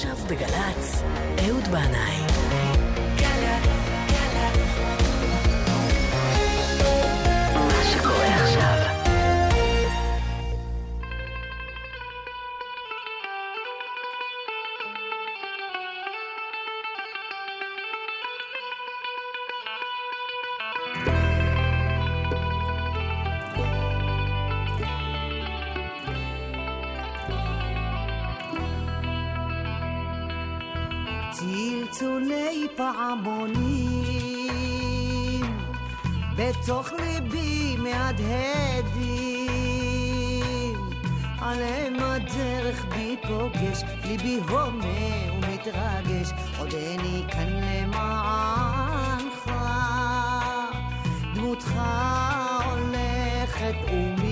עכשיו בגלץ, אהוד בנאי. מה שקורה עכשיו. צלצולי פעמונים בתוך ליבי מהדהדים, עליהם הדרך בי פוגש, ליבי הומה ומתרגש, עוד איני כאן למענך, דמותך הולכת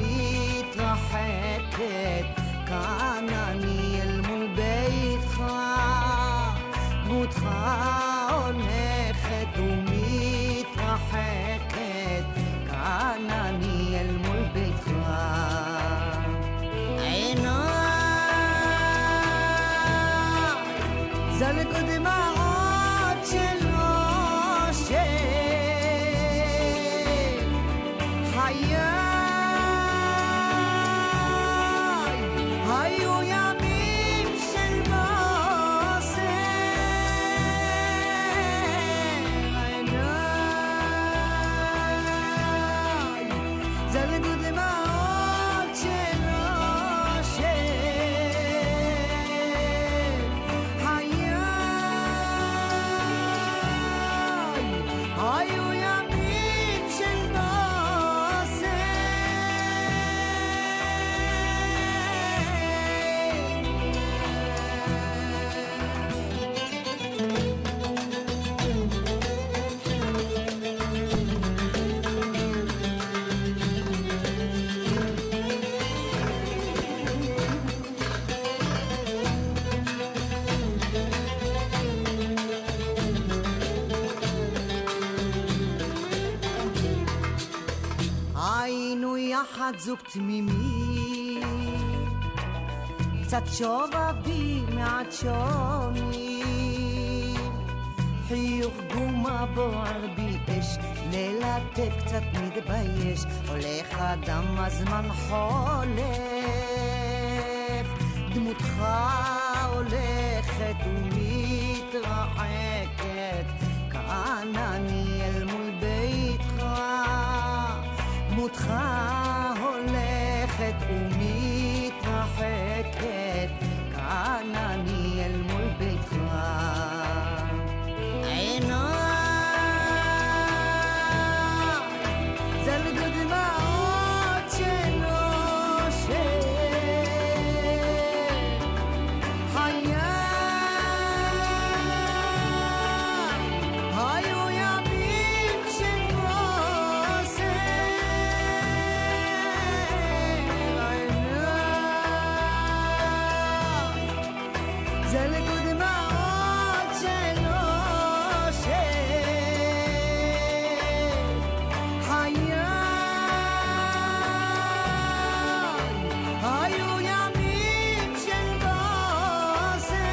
ומתרחקת, כאן אני אל מול ביתך, דמותך הולכת ומתרחקת, כאן אני אל מול ביתך. עיניי זלגו דמעות של אושר, חיי היו ימים של בוסר, עיניי זלגו דמעות של אושר, חיי היו ימים של בוסר. היינו יחד זוג תמימי, קצת שובבים מעט שונים, חיוך גומה בוער בי אש, ללטף קצת מתבייש, הולך אדם הזמן חולף, דמותך הולכת ומתרחקת, כאן אני אל מול ביתך, דמותך הולכת ומתרחקת, כאן אני אל מול ביתך. עיניי זלגו דמעות של אושר, חיי היו ימים של בוסר, זלגו דמעות של אושר, חיי היו ימים של בוסר.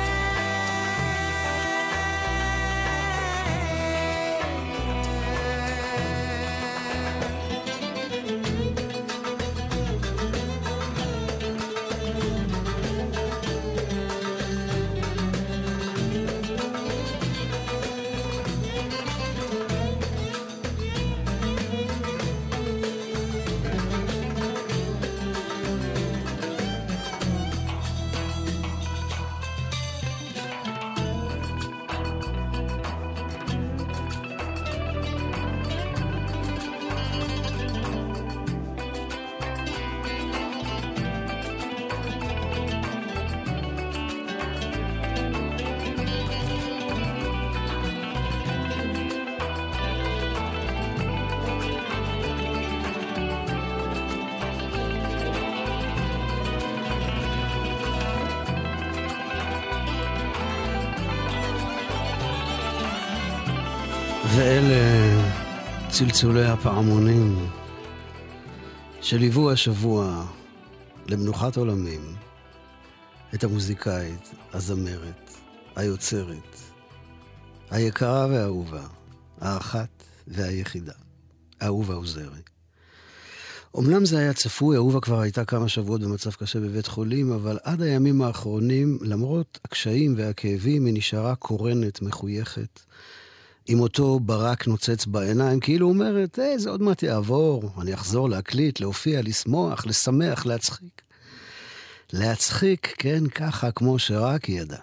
ואלה צלצולי הפעמונים שליוו השבוע למנוחת עולמים את המוזיקאית, הזמרת, היוצרת, היקרה והאהובה, האחת והיחידה, אהובה עוזרי. אמנם זה היה צפוי, אהובה כבר הייתה כמה שבועות במצב קשה בבית חולים, אבל עד הימים האחרונים, למרות הקשיים והכאבים, היא נשארה קורנת, מחויכת, עם אותו ברק נוצץ בעיניים, כאילו אומרת, זה עוד מעט יעבור, אני אחזור להקליט, להופיע, לשמוח, לשמח, להצחיק. להצחיק, כן, ככה כמו שרק היא ידעה.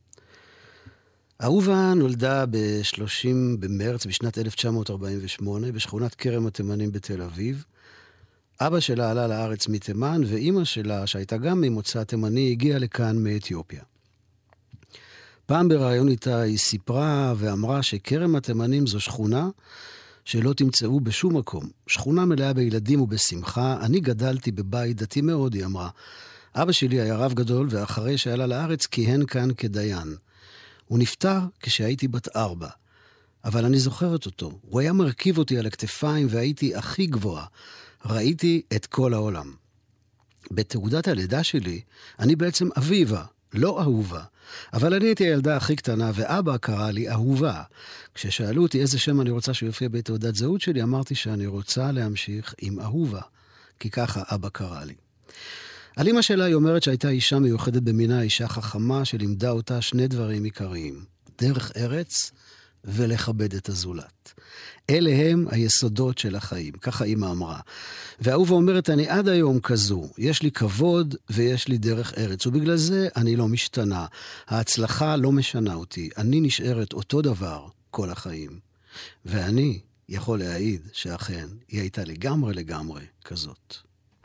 אהובה נולדה ב-30 במרץ בשנת 1948 בשכונת כרם התימנים בתל אביב. אבא שלה עלה לארץ מתימן, ואימא שלה, שהייתה גם ממוצא תימני, הגיעה לכאן מאתיופיה. פעם בראיון איתה היא סיפרה ואמרה שכרם התימנים זו שכונה שלא תמצאו בשום מקום. שכונה מלאה בילדים ובשמחה. אני גדלתי בבית דתי מאוד, היא אמרה. אבא שלי היה רב גדול, ואחרי שעלה לארץ כיהן כאן כדיין. הוא נפטר כשהייתי בת 4, אבל אני זוכרת אותו. הוא היה מרכיב אותי על הכתפיים והייתי הכי גבוהה. ראיתי את כל העולם. בתעודת הלידה שלי, אני בעצם אביבה, לא אהובה. אבל אני הייתי הילדה הכי קטנה, ואבא קרא לי אהובה. כששאלו אותי איזה שם אני רוצה שיופיע בתעודת זהות שלי, אמרתי שאני רוצה להמשיך עם אהובה, כי ככה אבא קרא לי. על אמא שלה היא אומרת שהייתה אישה מיוחדת במינה, אישה חכמה שלימדה אותה שני דברים עיקריים, דרך ארץ ולכבד את הזולת. אלה הם היסודות של החיים, ככה אמא אמרה. ואהובה אומרת, אני עד היום כזו, יש לי כבוד ויש לי דרך ארץ, ובגלל זה אני לא משתנה. ההצלחה לא משנה אותי, אני נשארת אותו דבר כל החיים. ואני יכול להעיד שאכן היא הייתה לגמרי כזאת.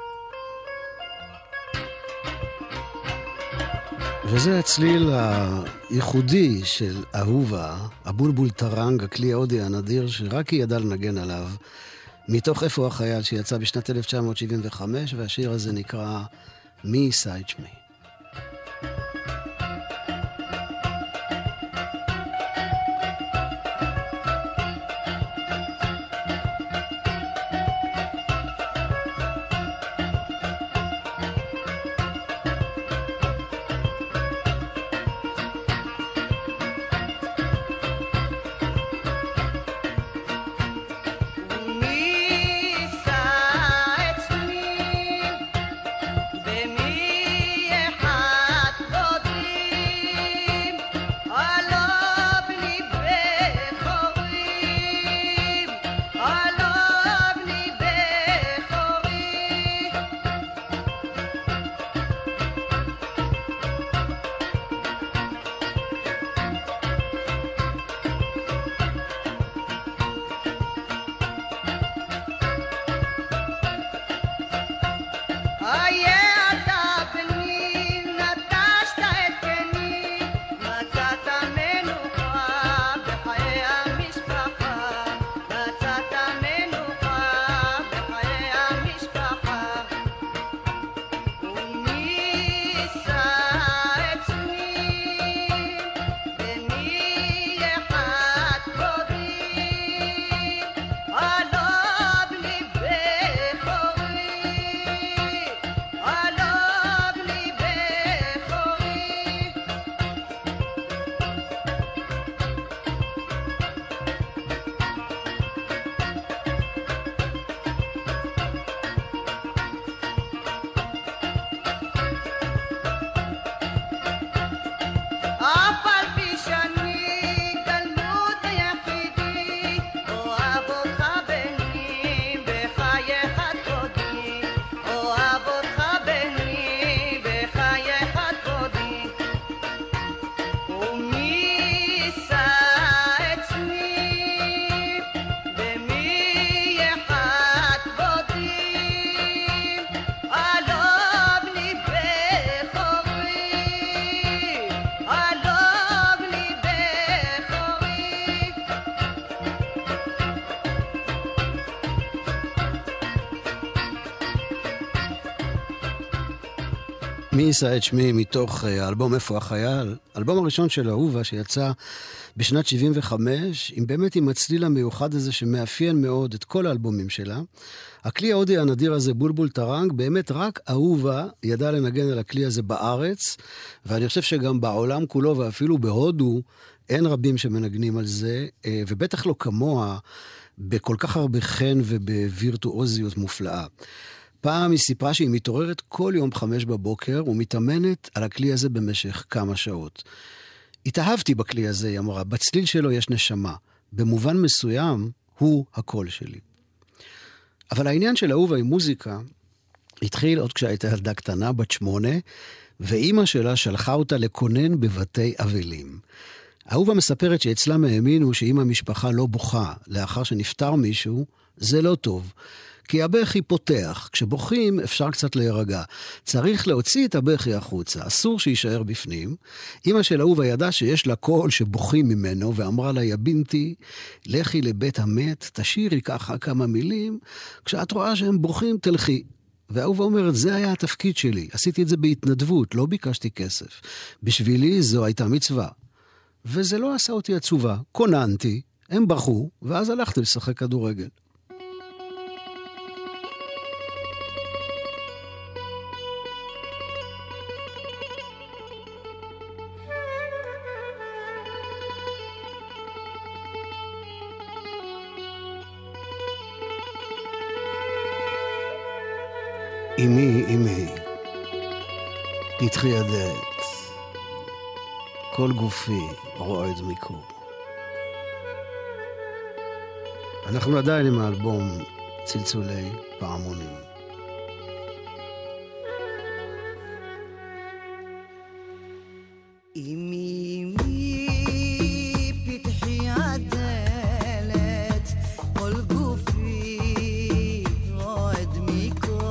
וזה הצליל הייחודי של אהובה, הבולבול טרנג, הכלי ההודי הנדיר, שרק היא ידעה לנגן עליו, מתוך איפה החייל שיצא בשנת 1975, והשיר הזה נקרא מי סייץ' מי. מי יישא את שמי מתוך האלבום איפה החייל, האלבום הראשון של אהובה שיצא בשנת 75, עם הצליל המיוחד הזה שמאפיין מאוד את כל האלבומים שלה. הכלי ההודי הנדיר הזה, בולבול טרנג, באמת רק אהובה ידע לנגן על הכלי הזה בארץ, ואני חושב שגם בעולם כולו ואפילו בהודו אין רבים שמנגנים על זה, ובטח לא כמוה בכל כך הרבה חן ובווירטואוזיות מופלאה. פעם היא סיפרה שהיא מתעוררת כל יום 5 בבוקר ומתאמנת על הכלי הזה במשך כמה שעות. התאהבתי בכלי הזה, היא אמרה, בצליל שלו יש נשמה. במובן מסוים הוא הקול שלי. אבל העניין של אהובה עם מוזיקה התחיל עוד כשהייתה ילדה קטנה, בת 8, ואימא שלה שלחה אותה לקונן בבתי אבלים. אהובה מספרת שאצלם האמינו שאם המשפחה לא בוכה לאחר שנפטר מישהו, זה לא טוב. כי הבכי פותח, כשבוכים אפשר קצת להירגע. צריך להוציא את הבכי החוצה, אסור שישאר בפנים. אמא של אהובה ידעה שיש לה קול שבוכים ממנו, ואמרה לה, יא בינתי, לכי לבית המת, תשירי ככה כמה מילים, כשאת רואה שהם בוכים תלכי. ואהובה אומרת, זה היה התפקיד שלי, עשיתי את זה בהתנדבות, לא ביקשתי כסף. בשבילי זו הייתה מצווה. וזה לא עשה אותי עצובה, קוננתי, הם בכו, ואז הלכתי לשחק כדורגל. אמי, פתחי ידעת, כל גופי רועד מקור. אנחנו עדיין עם האלבום צלצולי פעמונים. אמי, פתחי ידעת, כל גופי רועד מקור.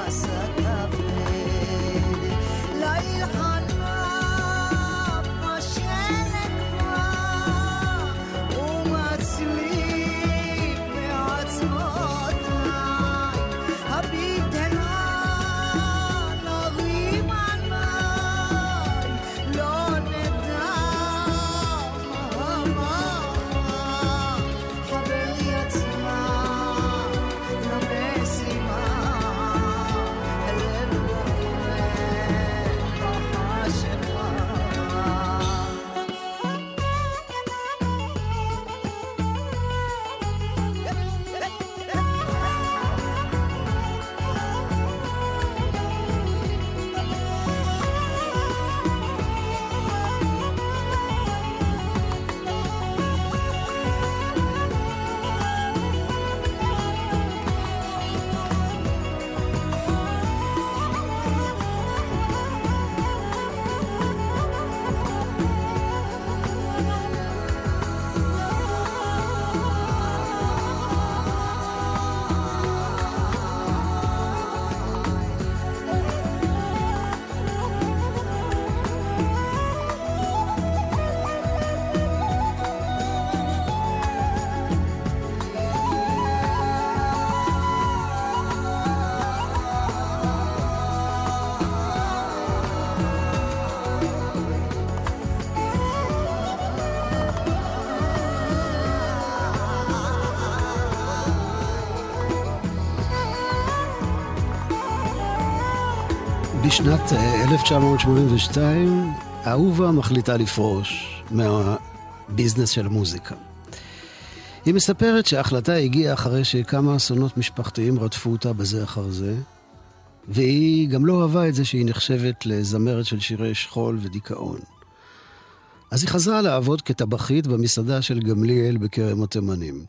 בשנת 1982, אהובה מחליטה לפרוש מהביזנס של המוזיקה. היא מספרת שההחלטה הגיעה אחרי שכמה אסונות משפחתיים רדפו אותה בזה אחר זה, והיא גם לא אהבה את זה שהיא נחשבת לזמרת של שירי שכול ודיכאון. אז היא חזרה לעבוד כטבחית במסעדה של גמליאל בכרם התימנים.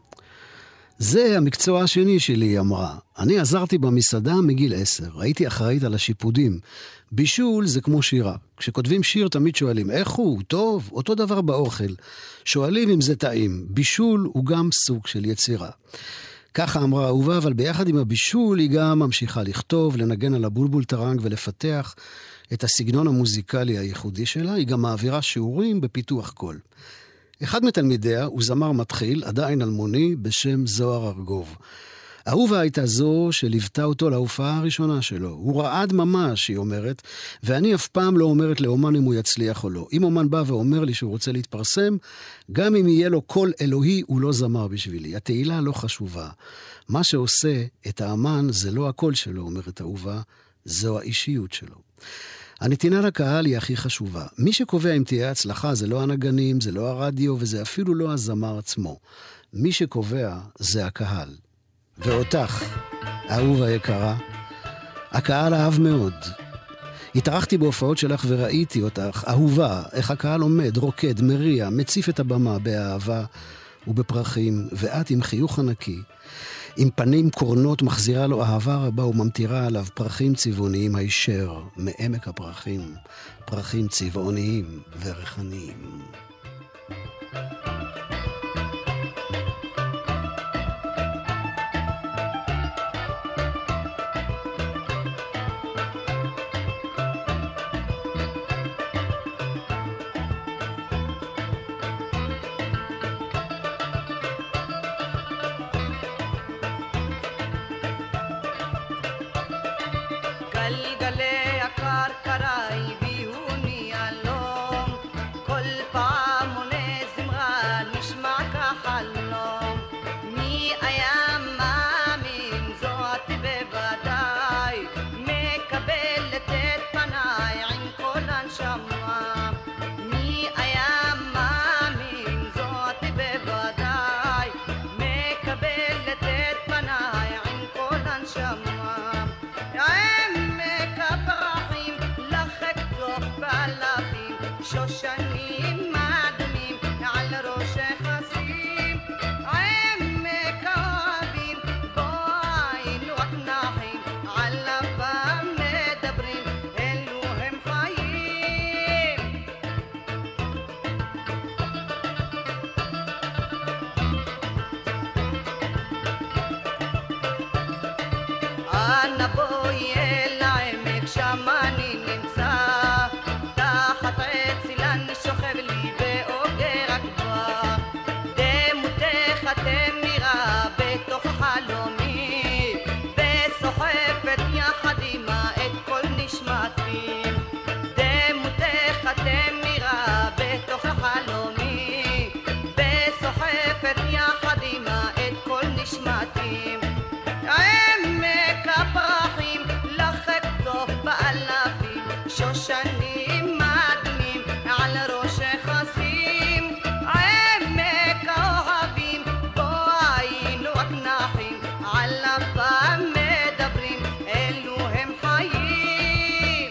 זה המקצוע השני שלי, היא אמרה. אני עזרתי במסעדה מגיל 10. הייתי אחראית על השיפודים. בישול זה כמו שירה. כשכותבים שיר תמיד שואלים, איך הוא? טוב? אותו דבר באוכל. שואלים אם זה טעים. בישול הוא גם סוג של יצירה. ככה אמרה אהובה, אבל ביחד עם הבישול היא גם ממשיכה לכתוב, לנגן על הבולבול טרנג ולפתח את הסגנון המוזיקלי הייחודי שלה. היא גם מעבירה שיעורים בפיתוח קול. אחד מתלמידיה הוא זמר מתחיל, עדיין אלמוני, בשם זוהר ארגוב. אהובה הייתה זו שליוותה אותו להופעה הראשונה שלו. הוא רעד ממש, היא אומרת, ואני אף פעם לא אומרת לאומן אם הוא יצליח או לא. אם אומן בא ואומר לי שהוא רוצה להתפרסם, גם אם יהיה לו קול אלוהי, הוא לא זמר בשבילי. התהילה לא חשובה. מה שעושה את האמן זה לא הקול שלו, אומרת אהובה, זו האישיות שלו. הנתינה לקהל היא הכי חשובה. מי שקובע אם תהיה הצלחה זה לא הנגנים, זה לא הרדיו וזה אפילו לא הזמר עצמו. מי שקובע זה הקהל. ואותך, אהובה יקרה, הקהל אהב מאוד. התארחתי בהופעות שלך וראיתי אותך, אהובה, איך הקהל עומד, רוקד, מריע, מציף את הבמה באהבה ובפרחים, ואת עם חיוך ענקי. עם פנים קורנות מחזירה לו אהבה רבה וממטירה עליו פרחים צבעוניים הישר מעמק הפרחים, פרחים צבעוניים ורחניים. Up אנא בואי אל העמק, שם אני נמצא. תחת עץ אילן שוכב לי באוגר הגבוה. דמותך תמירה בתוך חלומי, וסוחפת יחד עמה את כל נשמתי. דמותך תמירה בתוך חלומי, וסוחפת יחד עמה את כל נשמתי. עמק הפרחים לך כתוב באלפים, שושנים מדמים על ראשך אשים. עמק האוהבים בו היינו רק נחים, עליו מדברים אלו הם חיים.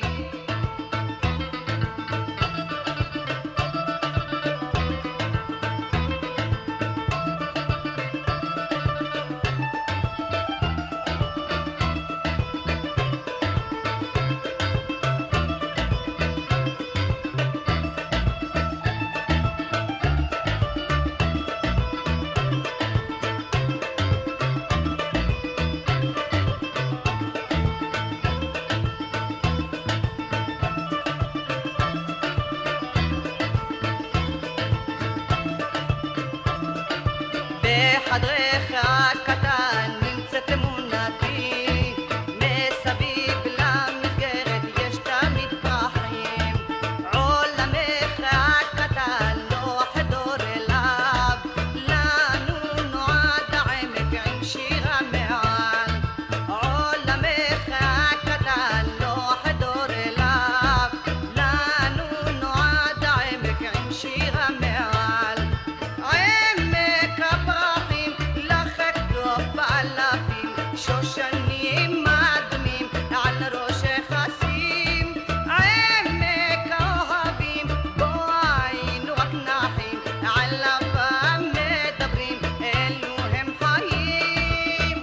בחדרך הקטן נמצאת אמונתי, מסביב למסגרת יש תמיד פרחים. עולמך הקטן לא חדור אליו, לנו נועד העמק עם שירה מעל. עולמך הקטן לא חדור אליו, לנו נועד העמק עם שירה מעל. עמק הפרחים לך כתוב באלפים, שושנים מדמים על ראשך אשים. עמק האוהבים בו היינו רק נחים, עליו מדברים אלו הם חיים.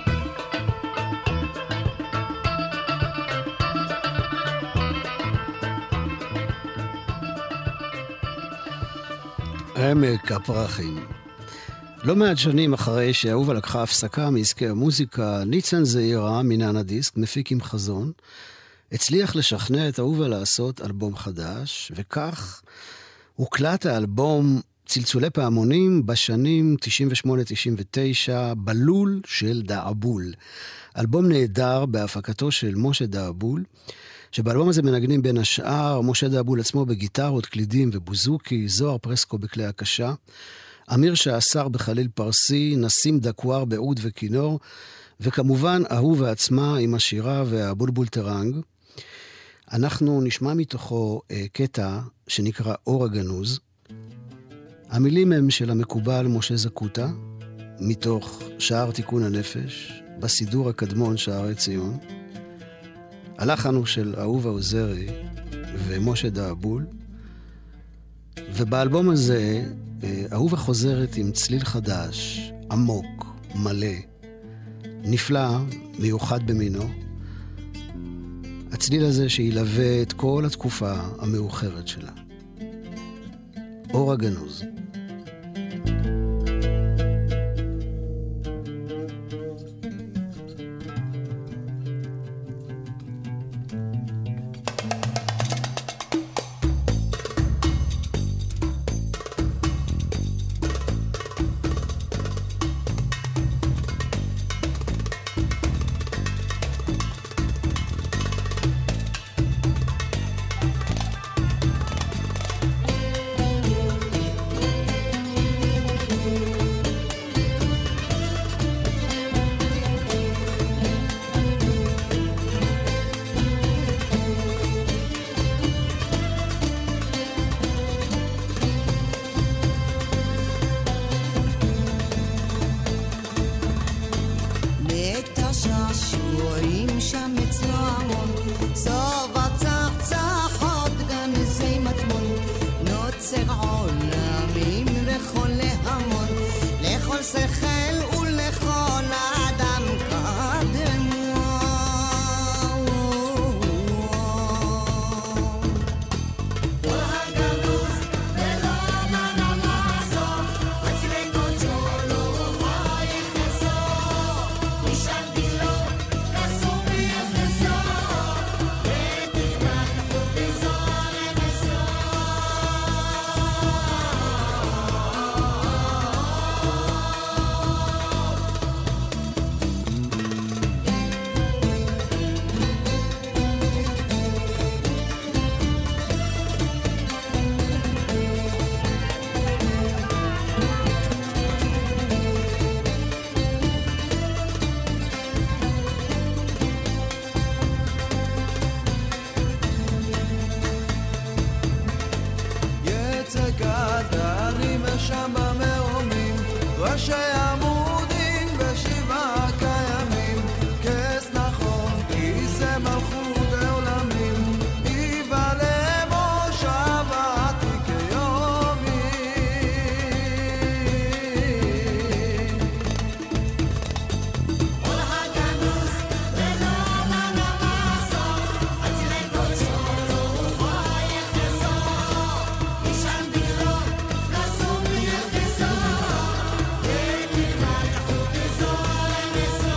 עמק הפרחים. לא מעט שנים אחרי שאהובה לקחה הפסקה מעסקי המוזיקה, ניצן זעירה מננה דיסק, מפיק עם חזון, הצליח לשכנע את אהובה לעשות אלבום חדש, וכך הוקלט האלבום צלצולי פעמונים בשנים 98-99 בלול של דאבול. אלבום נהדר בהפקתו של משה דאבול, שבאלבום הזה מנגנים בין השאר משה דאבול עצמו בגיטרות, קלידים ובוזוקי, זוהר פרסקו בכלי הקשה, אמיר שעשר בחליל פרסי, נסים דקואר בעוד וכינור, וכמובן אהובה עצמה עם השירה והבולבול טרנג. אנחנו נשמע מתוכו קטע שנקרא אור הגנוז. המילים הם של המקובל משה זקוטה, מתוך שער תיקון הנפש, בסידור הקדמון שערי ציון. הלחן הוא של אהובה עוזרי ומשה דאבול, ובאלבום הזה אהובה חוזרת עם צליל חדש, עמוק, מלא, נפלא, מיוחד במינו. הצליל הזה שילווה את כל התקופה המאוחרת שלה. אור הגנוז. שם במרומים, ראשי עמודים ושבעה קיימים, כס נכון, כיסא מלכות העולמים, יבלה מושבתי כיומי. כל הגנוז ולא מנמסו, אצלי קודשו הוא יחסו, ישן בגלו, נסום יחסו, ותקרא תחות אזור לנסו.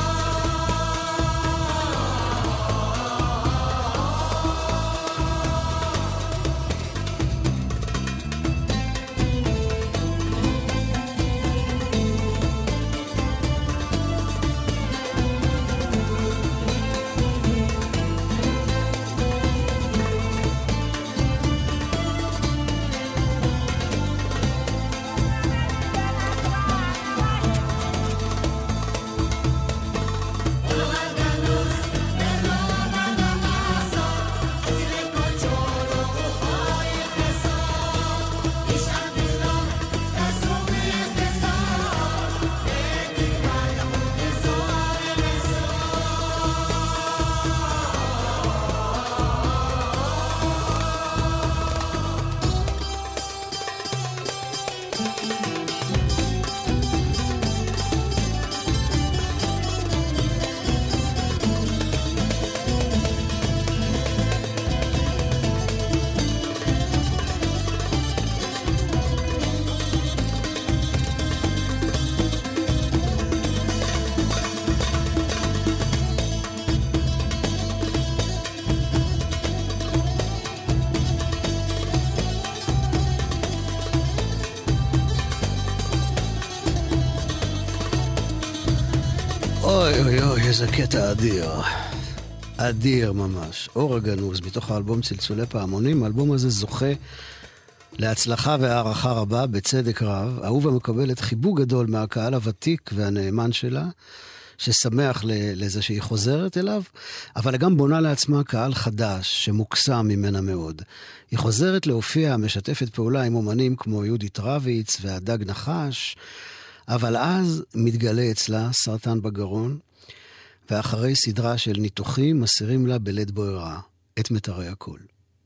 אוי אוי אוי, איזה קטע אדיר. אדיר ממש. אור הגנוז, מתוך האלבום צלצולי פעמונים. האלבום הזה זוכה להצלחה והערכה רבה, בצדק רב. אהובה מקבלת חיבוק גדול מהקהל הוותיק והנאמן שלה, ששמח לזה שהיא חוזרת אליו, אבל גם בונה לעצמה קהל חדש, שמוקסם ממנה מאוד. היא חוזרת להופיע, משתפת פעולה עם אומנים כמו יהודית רביץ והדג נחש, אבל אז מתגלה אצלה סרטן בגרון, ואחרי סדרה של ניתוחים מסירים לה בלית ברירה את מטרי הקול.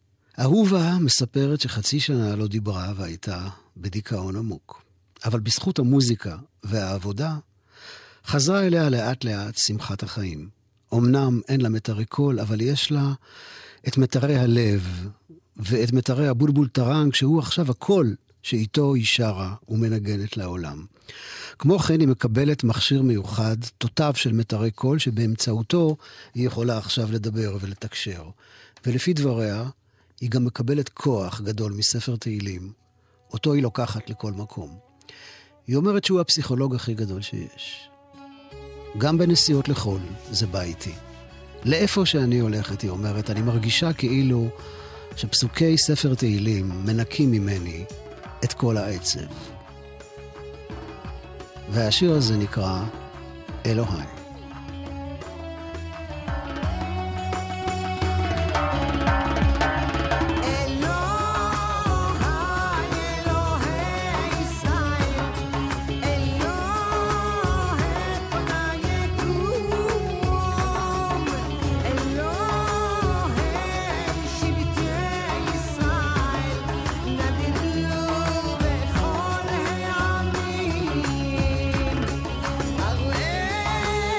אהובה מספרת שחצי שנה לא דיברה והייתה בדיכאון עמוק. אבל בזכות המוזיקה והעבודה, חזרה אליה לאט לאט שמחת החיים. אמנם אין לה מטרי קול, אבל יש לה את מטרי הלב ואת מטרי הבולבול טרנג, שהוא עכשיו הקול שאיתו היא שרה ומנגנת לעולם. כמו כן היא מקבלת מכשיר מיוחד, תותב של מטרי קול, שבאמצעותו היא יכולה עכשיו לדבר ולתקשר. ולפי דבריה, היא גם מקבלת כוח גדול מספר תהילים, אותו היא לוקחת לכל מקום. היא אומרת שהוא הפסיכולוג הכי גדול שיש. גם בנסיעות לחול זה בא איתי. לאיפה שאני הולכת, היא אומרת, אני מרגישה כאילו שפסוקי ספר תהילים מנקים ממני את כל העצב. והשיר הזה נקרא אלוהי. Hey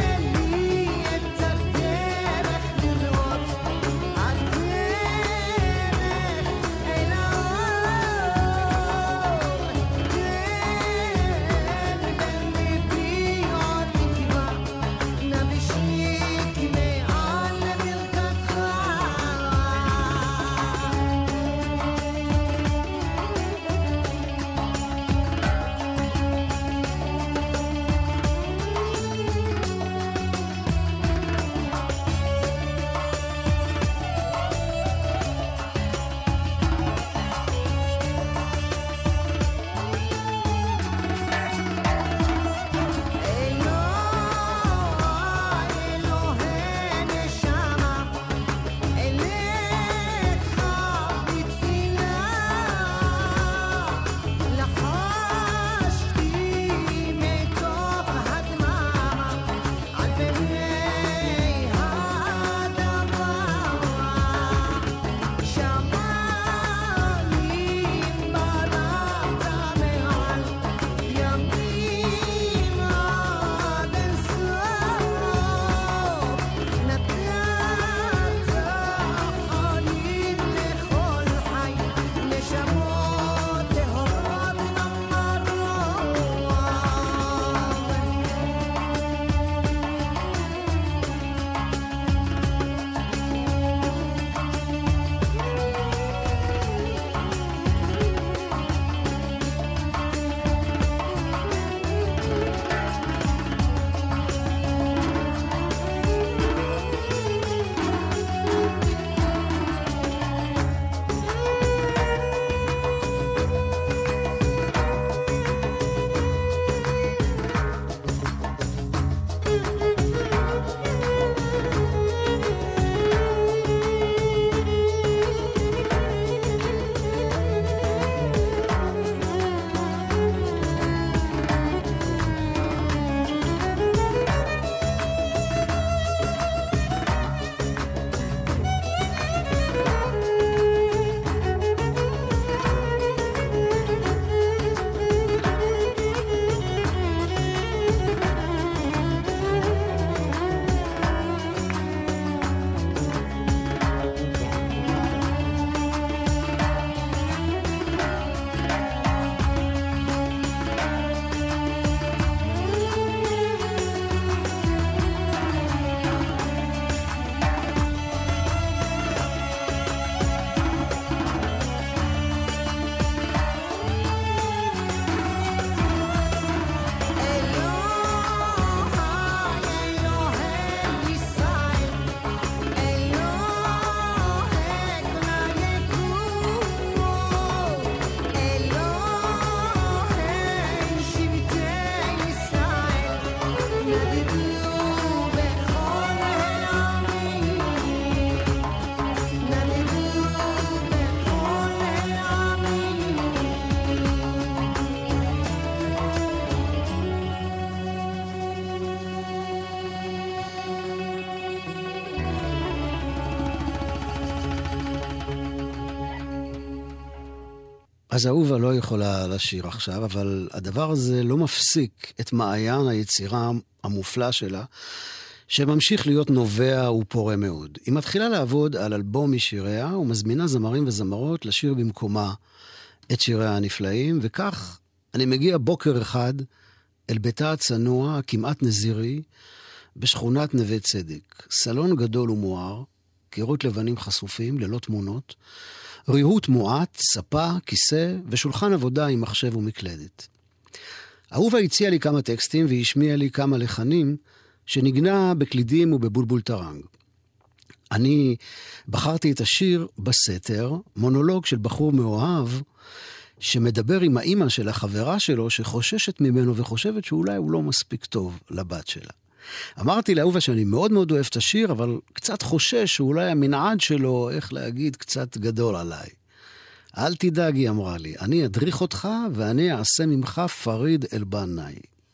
אז אהובה לא יכולה לשיר עכשיו, אבל הדבר הזה לא מפסיק את מעיין היצירה המופלא שלה, שממשיך להיות נובע ופורה מאוד. היא מתחילה לעבוד על אלבום משיריה, ומזמינה זמרים וזמרות לשיר במקומה את שיריה הנפלאים, וכך אני מגיע בוקר אחד אל ביתה הצנוע, כמעט נזירי, בשכונת נווה צדק. סלון גדול ומואר, קירות לבנים חשופים, ללא תמונות, ריהוט מועט, ספה, כיסא ושולחן עבודה עם מחשב ומקלדת. אהובה הציעה לי כמה טקסטים והשמיעה לי כמה לחנים שנגנה בקלידים ובבולבול טרנג. אני בחרתי את השיר בסתר, מונולוג של בחור מאוהב שמדבר עם האמא של החברה שלו שחוששת ממנו וחושבת שאולי הוא לא מספיק טוב לבת שלה. אמרתי לאהובה שאני מאוד מאוד אוהב את השיר, אבל קצת חושש שאולי המנעד שלו, איך להגיד, קצת גדול עליי. אל תדאג, היא אמרה לי, אני אדריך אותך ואני אעשה ממך פריד אל-בנאי.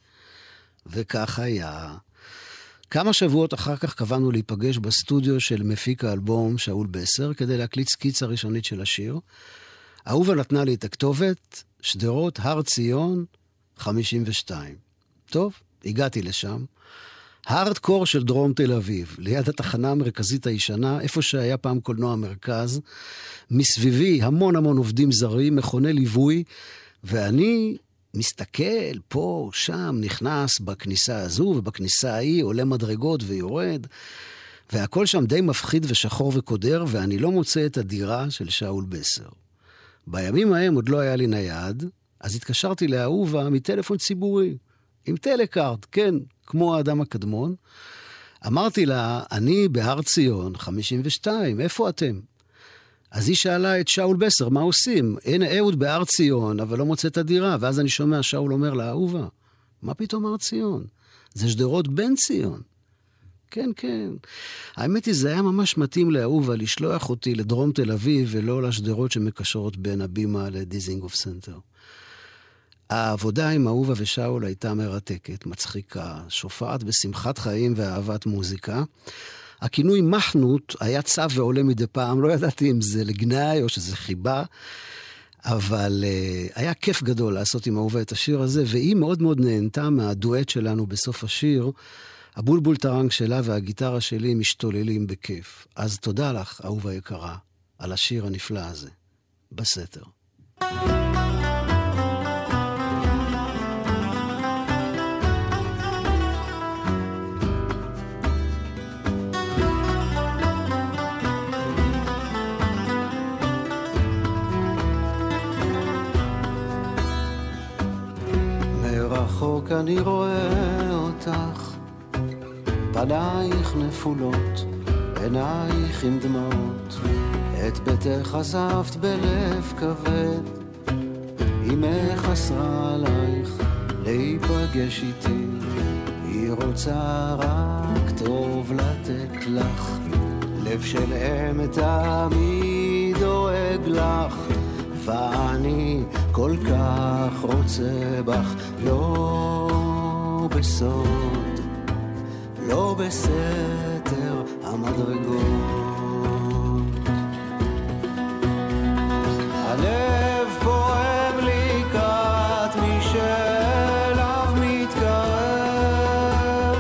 וכך היה. כמה שבועות אחר כך קבענו להיפגש בסטודיו של מפיק האלבום שאול בסר, כדי להקליט סקיצה ראשונית של השיר. אהובה נתנה לי את הכתובת, שדרות הר ציון 52. טוב, הגעתי לשם. הארדקור של דרום תל אביב, ליד התחנה המרכזית הישנה, איפה שהיה פעם קולנוע המרכז, מסביבי המון עובדים זרים, מכוני ליווי, ואני מסתכל פה, שם, נכנס בכניסה הזו ובכניסה ההיא, עולה מדרגות ויורד, והכל שם די מפחיד ושחור וקודר, ואני לא מוצא את הדירה של שאול בסר. בימים ההם עוד לא היה לי נייד, אז התקשרתי לאהובה מטלפון ציבורי, עם טלקארד, כן, כמו האדם הקדמון. אמרתי לה, אני בהר ציון 52, איפה אתם? אז היא שאלה את שאול בסר, מה עושים? הנה אהוד בהר ציון, אבל לא מוצא את הדירה. ואז אני שומע, שאול אומר לאהובה, מה פתאום הר ציון? זה שדרות בן ציון. כן, כן. האמת היא, זה היה ממש מתאים לאהובה לשלוח אותי לדרום תל אביב, ולא לשדרות שמקשרות בין הבימה לדיזינגוף סנטר. העבודה עם אהובה ושאול הייתה מרתקת, מצחיקה, שופעת בשמחת חיים ואהבת מוזיקה. הכינוי מחנות היה צף ועולה מדי פעם, לא ידעתי אם זה לגנאי או שזה חיבה, אבל היה כיף גדול לעשות עם אהובה את השיר הזה, והיא מאוד מאוד נהנתה מהדואט שלנו בסוף השיר. הבולבול טרנג שלה והגיטרה שלי משתוללים בכיף. אז תודה לך, אהובה יקרה, על השיר הנפלא הזה, בסתר. מרחוק אני רואה אותך, פנייך נפולות, עינייך עם דמעות, את ביתך עזבת בלב כבד, אמך אסרה עלייך להיפגש איתי, היא רוצה רק טוב לתת לך, לב של אם תמיד דואג לך, ואני כל כך רוצה בך, לא בסוד, לא בסתר המדרגות. הלב פועם לי קט מי שאליו מתקרב,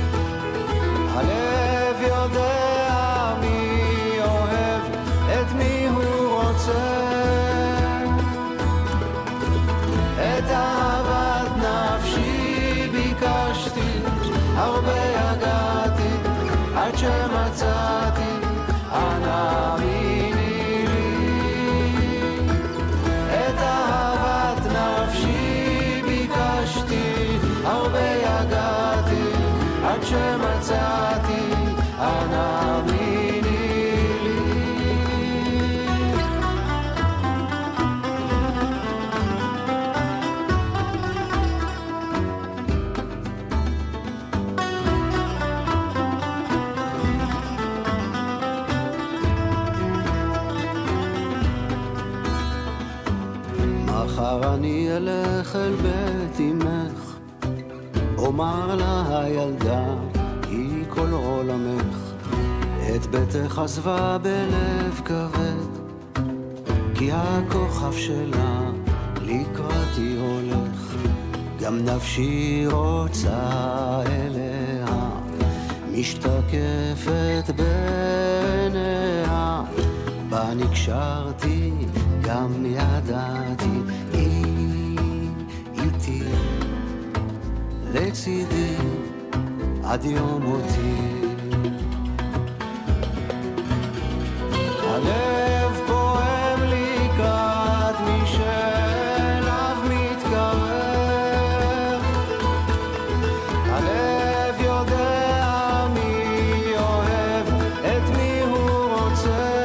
הלב יודע מי אוהב את מי הוא רוצה, את אהבת נפשי ביקשתי, הרבה יגעתי עד שמצאתי, אנא מיני לי, את אהבת נפשי ביקשתי, הרבה יגעתי עד שמצאתי, אנא מיני לי. מחר אני אלך אל בית אמך, אומר לה הילדה היא כל עולמך, את ביתך עזבה בלב כבד, כי הכוכב שלה לקראתי הולך, גם נפשי רוצה אליה, משתקפת בעיניה, בה נקשרתי, גם ידעתי, היא איתי, לצידי, עד יום מותי. הלב פועם לקראת מי שאליו מתקרב, הלב יודע מי אוהב, את מי הוא רוצה,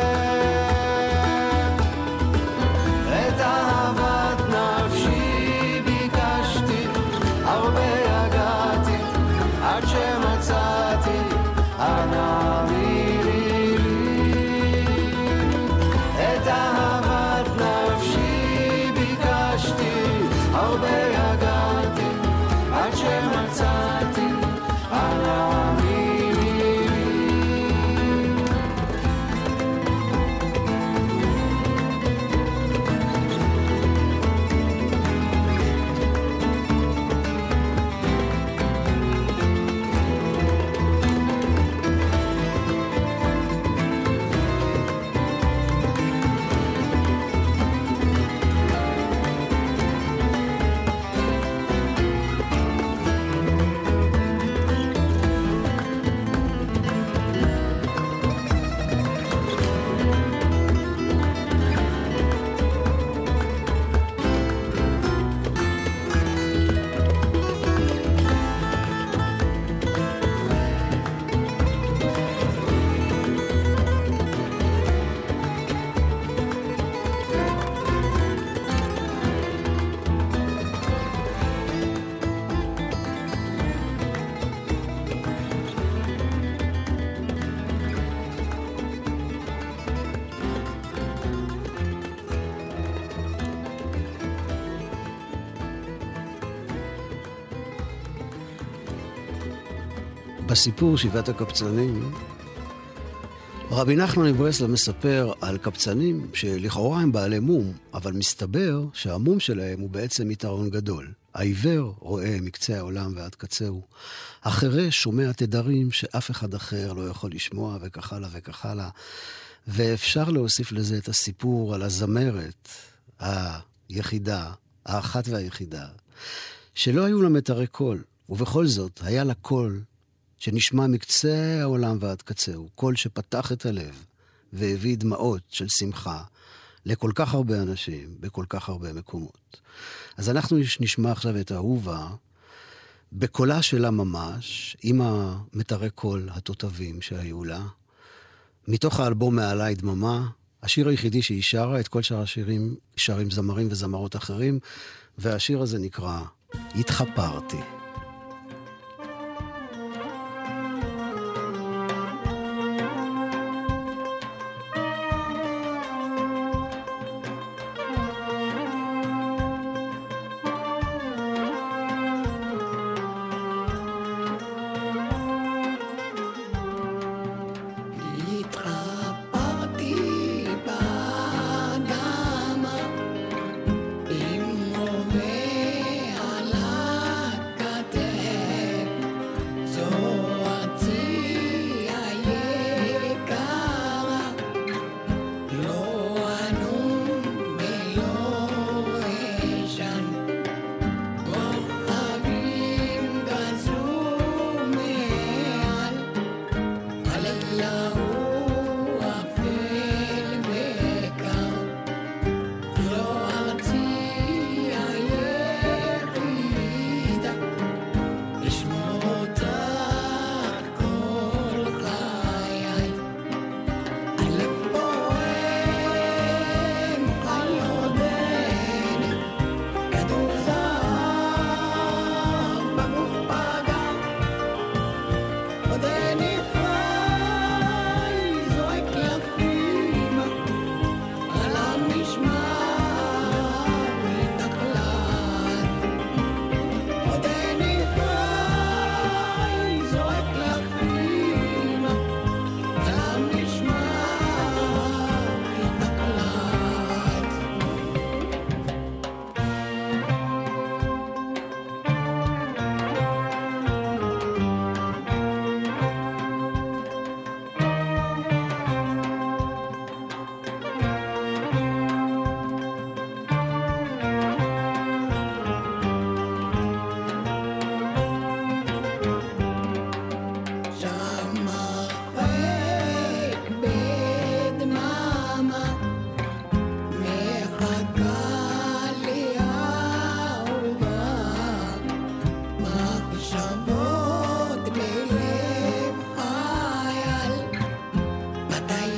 את אהבת נפשי ביקשתי, הרבה יגעתי, עד שמצאתי, אנא מילי לי, את אהבת נפשי ביקשתי, הרבה יגעתי, עד שמצאתי, אנא מילי לי. בסיפור שבעת הקבצנים, רבי נחמן מברסלב מספר על קבצנים שלכאורה הם בעלי מום, אבל מסתבר שהמום שלהם הוא בעצם יתרון גדול. העיוור רואה מקצה העולם ועד קצהו. החירש שומע תדרים שאף אחד אחר לא יכול לשמוע, וכך הלאה וכך הלאה. ואפשר להוסיף לזה את הסיפור על הזמרת היחידה, האחת והיחידה, שלא היו לה מיתרי קול, ובכל זאת היה לה קול שנשמע מקצה העולם ועד קצהו, קול שפתח את הלב והביא דמעות של שמחה לכל כך הרבה אנשים בכל כך הרבה מקומות. אז אנחנו נשמע עכשיו את אהובה בקולה שלה ממש, עם המתרי קול התותבים שהיו לה, מתוך האלבום מעלי דממה, השיר היחידי שהיא שרה, את כל שאר השירים שרים זמרים וזמרות אחרים, והשיר הזה נקרא התחפרתי. עם רובה על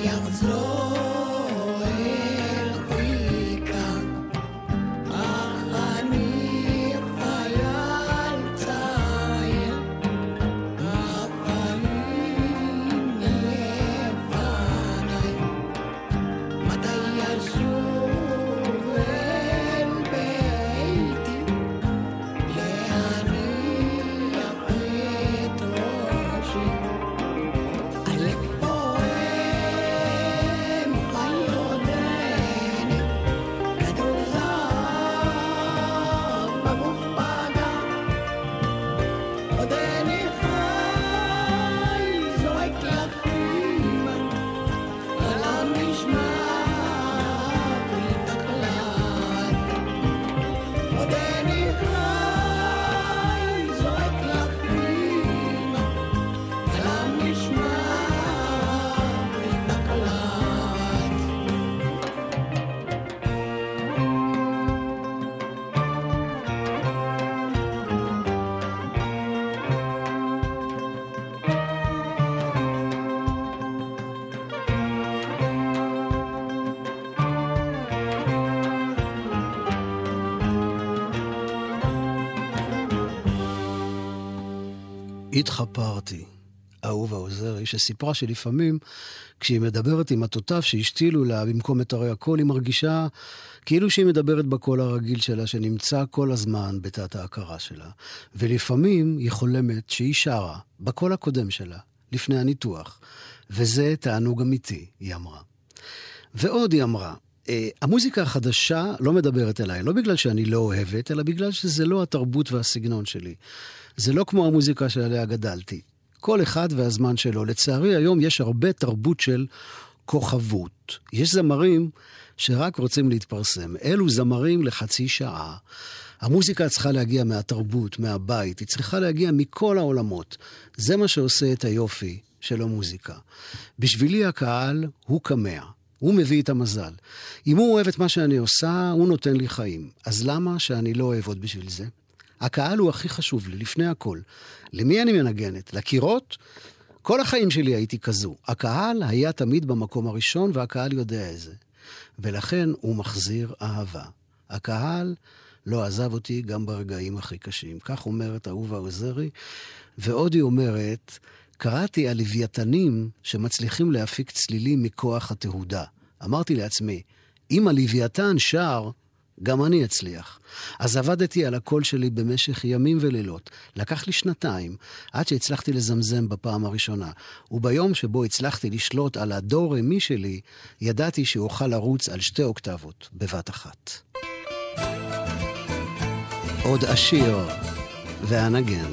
אחזור אל חיקה, אך אני חייל צעיר, החיים לפניי, מתי ישוב אל ביתי, להניח את ראשי, הלב פועם חיודני, כדור זהב בגוף פגע, עודני חי זועק לחיים, על המשמעת מתקלט, עודני חי זועק לחיים, על המשמעת מתקלט. התחפרתי, אהובה עוזרי, שסיפרה שלפעמים כשהיא מדברת עם התותף שהשתילו לה במקום את הרי הקול, היא מרגישה כאילו שהיא מדברת בקול הרגיל שלה, שנמצא כל הזמן בתת ההכרה שלה. ולפעמים היא חולמת שהיא שרה בקול הקודם שלה, לפני הניתוח. וזה תענוג אמיתי, היא אמרה. ועוד היא אמרה, המוזיקה החדשה לא מדברת אליי, לא בגלל שאני לא אוהבת, אלא בגלל שזה לא התרבות והסגנון שלי. זה לא כמו המוזיקה שעליה גדלתי. כל אחד והזמן שלו. לצערי היום יש הרבה תרבות של כוכבות. יש זמרים שרק רוצים להתפרסם. אלו זמרים לחצי שעה. המוזיקה צריכה להגיע מהתרבות, מהבית. היא צריכה להגיע מכל העולמות. זה מה שעושה את היופי של המוזיקה. בשבילי הקהל הוא קמע. הוא מביא את המזל. אם הוא אוהב את מה שאני עושה, הוא נותן לי חיים. אז למה שאני לא אוהב עוד בשביל זה? הקהל הוא הכי חשוב לי, לפני הכל. למי אני מנגנת? לקירות? כל החיים שלי הייתי כזו. הקהל היה תמיד במקום הראשון, והקהל יודע איזה. ולכן הוא מחזיר אהבה. הקהל לא עזב אותי גם ברגעים הכי קשים. כך אומרת אהובה עוזרי. ועוד היא אומרת, קראתי על לוויתנים שמצליחים להפיק צלילים מכוח התהודה. אמרתי לעצמי, אם הלוויתן שר, גם אני אצליח. אז עבדתי על הקול שלי במשך ימים ולילות. לקח לי 2 עד שהצלחתי לזמזם בפעם הראשונה. וביום שבו הצלחתי לשלוט על הדו רמי שלי, ידעתי שאוכל לרוץ על 2 אוקטבות בבת אחת. עוד עשיר ואנגן.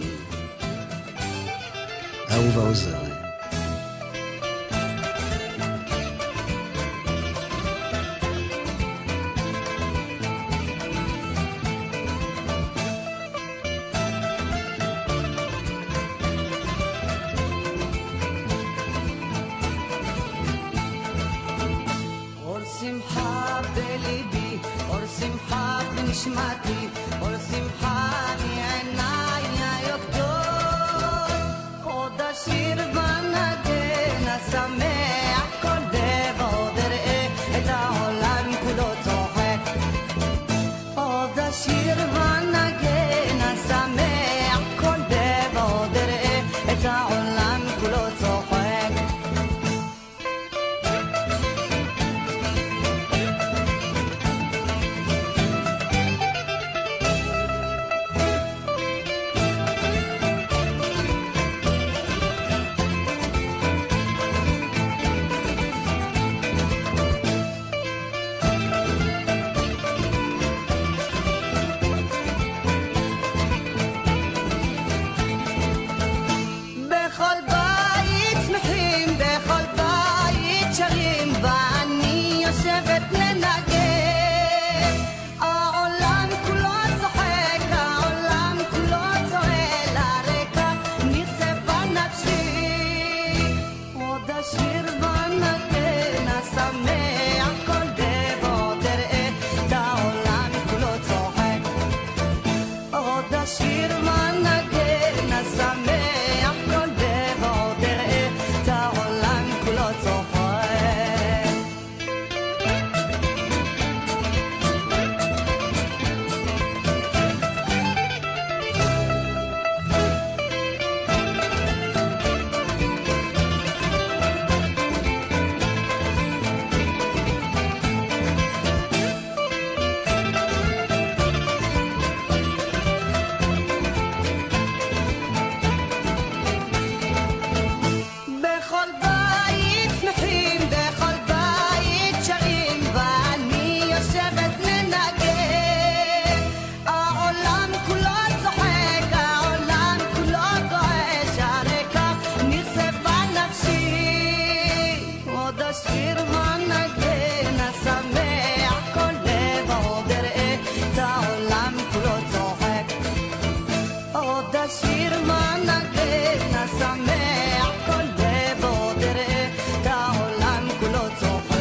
אהובה עוזרי. אור שמחה בליבי, אור שמחה בנשמתי, אור שמחה מעיניי היוקדות. עוד השיר ונגן השמח כל דב, עוד אראה את העולם כולו צוחק. עוד השיר ונגן השמח כל דב, עוד אראה את העולם כולו צוחק. השיר הנגן השמח כל לב עוד אראה את העולם כולו צוחק עוד השיר הנגן השמח כל לב עוד אראה את העולם כולו צוחק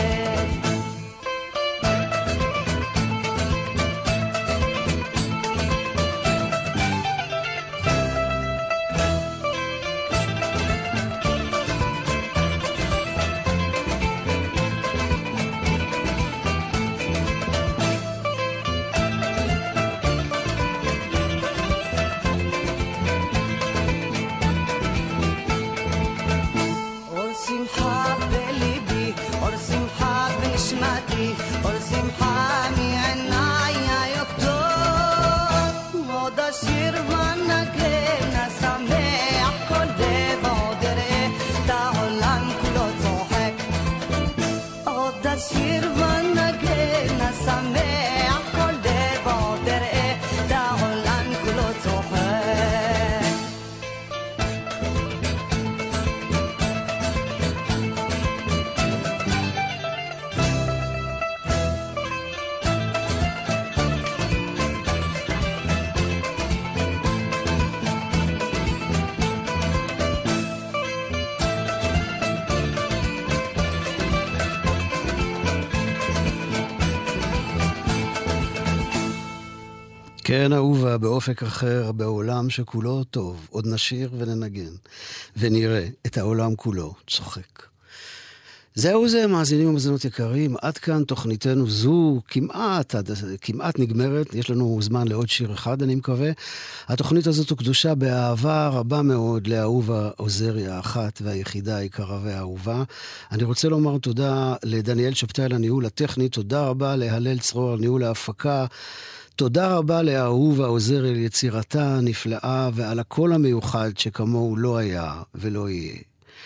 כן, אהובה, באופק אחר, בעולם שכולו טוב, עוד נשיר וננגן, ונראה את העולם כולו צוחק. זהו זה, מאזינים ומאזינות יקרים, עד כאן תוכניתנו זו כמעט נגמרת, יש לנו זמן לעוד שיר אחד, אני מקווה. התוכנית הזאת הוקדושה באהבה רבה מאוד לאהובה עוזרי האחת והיחידה היקרה והאהובה. אני רוצה לומר תודה לדניאל שבתאי לניהול הטכני, תודה רבה להלל צרור ניהול ההפקה, תודה רבה לאהובה עוזרי על יצירתה הנפלאה ועל הקול המיוחד שכמוהו לא היה ולא יהיה.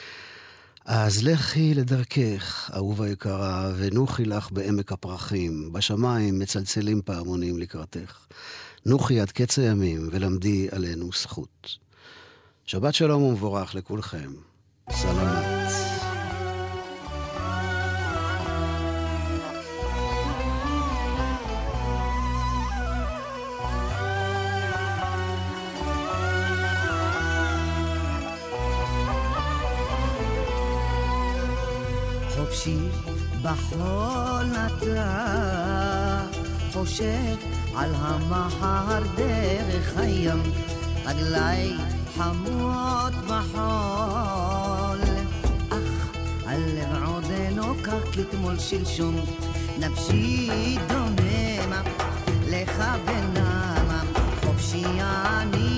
אז לכי לדרכך, אהובה יקרה, ונוחי לך בעמק הפרחים, בשמיים מצלצלים פעמונים לקראתך. נוחי עד קץ הימים ולמדי עלינו זכות. שבת שלום ומבורך לכולכם. סלמת. חופשי בחול נטה חושב על המחר דרך הים רגלי חמות בחול אך הלב עודנו קר כתמול שלשום נפשי דוממה לך ונמה חופשי אני